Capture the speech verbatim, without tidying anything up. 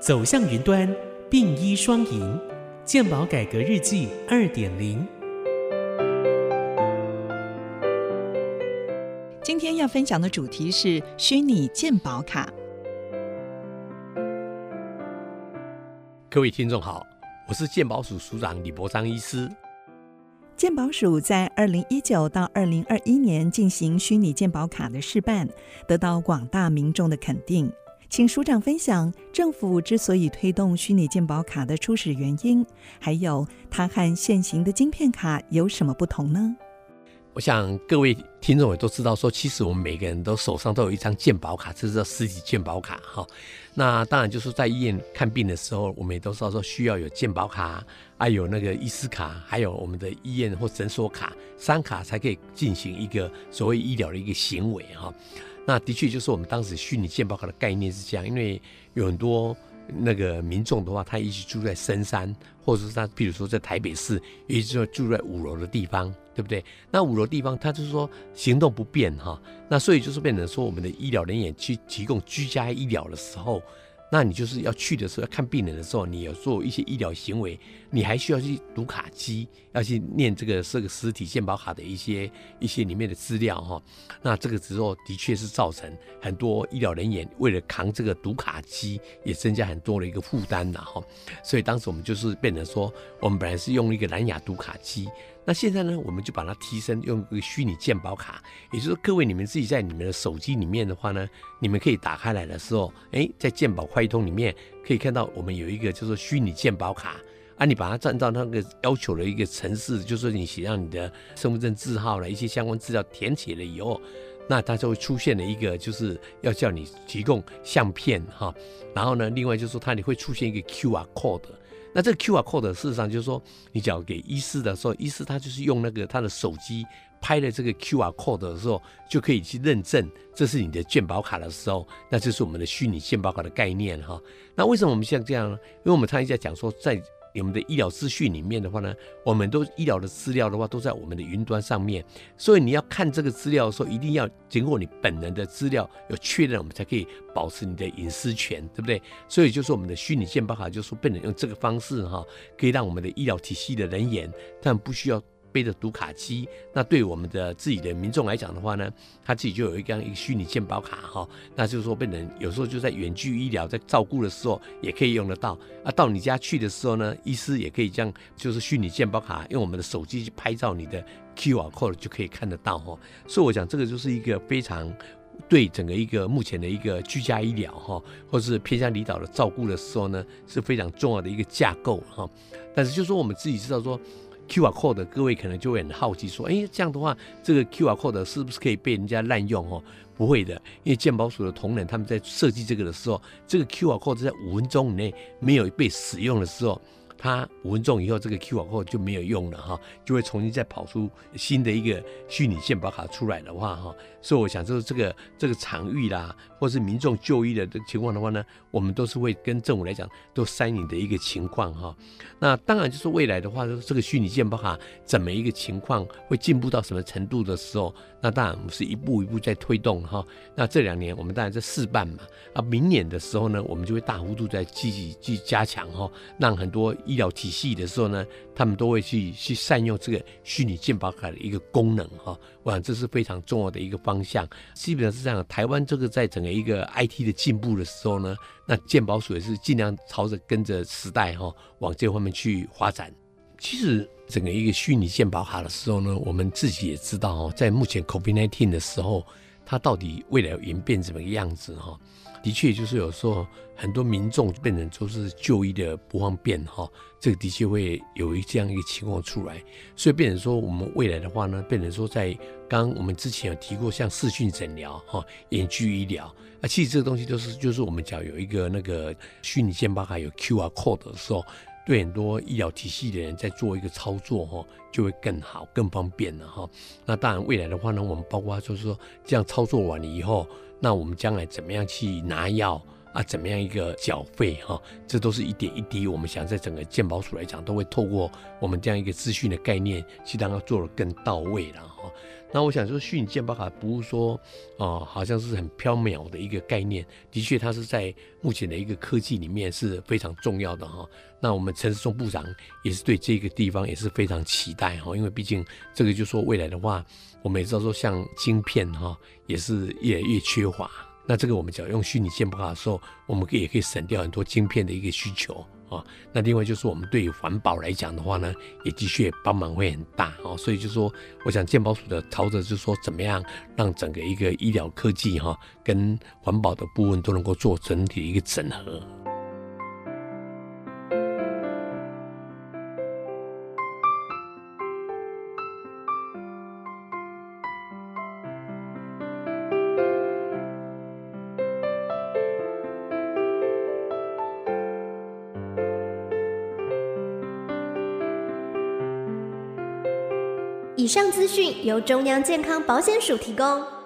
走向云端，并医双赢，健保改革日记 二点零。 今天要分享的主题是虚拟健保卡。 各位听众好，我是健保署署长李伯章医师。 健保署在二零一九到二零二一年进行虚拟健保卡的试办，得到广大民众的肯定。请署长分享政府之所以推动虚拟健保卡的初始原因，还有它和现行的晶片卡有什么不同呢？ 我想各位听众也都知道说，其实我们每个人都手上都有一张健保卡，这是叫实体健保卡哈。那当然就是在医院看病的时候，我们也都知道说需要有健保卡，还有那个医师卡，还有我们的医院或诊所卡，三卡才可以进行一个所谓医疗的一个行为哈。那的确就是我们当时虚拟健保卡的概念是这样，因为有很多那个民众的话，他也许住在深山，或者是他比如说在台北市，也许住在五楼的地方，对不对？那五楼地方他就是说行动不便哈，那所以就是变成说我们的医疗人员去提供居家医疗的时候，那你就是要去的时候，要看病人的时候，你有做一些医疗行为，你还需要去读卡机，要去念这个这个实体健保卡的一些一些里面的资料哈。那这个之后的确是造成很多医疗人员为了扛这个读卡机，也增加很多的一个负担啦哈。所以当时我们就是变成说，我们本来是用一个蓝牙读卡机。那现在呢，我们就把它提升，用一个虚拟健保卡，也就是说，各位你们自己在你们的手机里面的话呢，你们可以打开来的时候，哎，在健保快通里面可以看到我们有一个就是虚拟健保卡啊，你把它按照那个要求的一个程式，就是说你写上你的身份证字号了一些相关资料填写了以后，那它就会出现了一个就是要叫你提供相片哈，然后呢，另外就是说它里会出现一个 Q R code。那这个 Q R code 事实上就是说，你只要给医师的时候，医师他就是用那个他的手机拍了这个 Q R code 的时候，就可以去认证这是你的健保卡的时候，那就是我们的虚拟健保卡的概念哈。那为什么我们像这样呢？因为我们常常在讲说，在我们的医疗资讯里面的话呢，我们都医疗的资料的话都在我们的云端上面，所以你要看这个资料的时候，一定要经过你本人的资料有确认，我们才可以保持你的隐私权，对不对？所以就是我们的虚拟健保卡，就是说变成用这个方式哈，可以让我们的医疗体系的人员，他们不需要背着读卡机，那对我们的自己的民众来讲的话呢，他自己就有一张一个虚拟健保卡哈，那就是说变成有时候就在远距医疗在照顾的时候也可以用得到啊。到你家去的时候呢，医师也可以这样，就是虚拟健保卡用我们的手机去拍照你的 Q R code 就可以看得到哈。所以我讲这个就是一个非常对整个一个目前的一个居家医疗哈，或是偏乡离岛的照顾的时候呢，是非常重要的一个架构哈。但是就说我们自己知道说Q R code 各位可能就会很好奇说，哎，这样的话，这个 Q R code 是不是可以被人家滥用哦？不会的，因为健保署的同仁他们在设计这个的时候，这个 Q R code 在五分钟以内没有被使用的时候，它五分钟以后这个 Q R code 就没有用了哈，就会重新再跑出新的一个虚拟健保卡出来的话哈，所以我想就是这个这个场域啦，或是民众就医的情况的话呢，我们都是会跟政府来讲都筛你的一个情况哈。那当然就是未来的话，这个虚拟健保卡怎么一个情况会进步到什么程度的时候，那当然我们是一步一步在推动哈。那这两年我们当然在试办嘛，啊，明年的时候呢，我们就会大幅度在积极去加强哈，让很多医疗体系的时候呢，他们都会去去善用这个虚拟健保卡的一个功能哈。我想这是非常重要的一个方向。基本上是这样，台湾这个在整个一个 I T 的进步的时候呢，那健保署也是尽量朝着跟着时代哈往这方面去发展。其实整个一个虚拟健保卡的时候呢，我们自己也知道哦，在目前 COVID 十九 的时候，它到底未来演变怎么样子哈？的确就是有时候很多民众变成就是就医的不方便哈，这个的确会有一这样一个情况出来，所以变成说我们未来的话呢，变成说在刚刚我们之前有提过像视讯诊疗哈、远距医疗啊，其实这个东西都是就是我们讲有一个那个虚拟健保卡有 Q R code 的时候，对很多医疗体系的人在做一个操作哈，就会更好更方便了哈。那当然未来的话呢，我们包括就是说这样操作完了以后，那我们将来怎么样去拿药啊，怎么样一个缴费哈，这都是一点一滴，我们想在整个健保署来讲，都会透过我们这样一个资讯的概念，去让它做得更到位了哈。 那我想说，虚拟健保卡不是说哦、呃，好像是很缥缈的一个概念，的确它是在目前的一个科技里面是非常重要的哈。那我们陈时中部长也是对这个地方也是非常期待哈，因为毕竟这个就说未来的话，我们也知道说像晶片哈也是越来越缺乏。那这个我们只要用虚拟健保卡的时候，我们可以也可以省掉很多晶片的一个需求啊。那另外就是我们对于环保来讲的话呢，也的确帮忙会很大哦。所以就说，我想健保署的朝着就是说，怎么样让整个一个医疗科技哈跟环保的部分都能够做整体的一个整合。 以上资讯由中央健康保险署提供。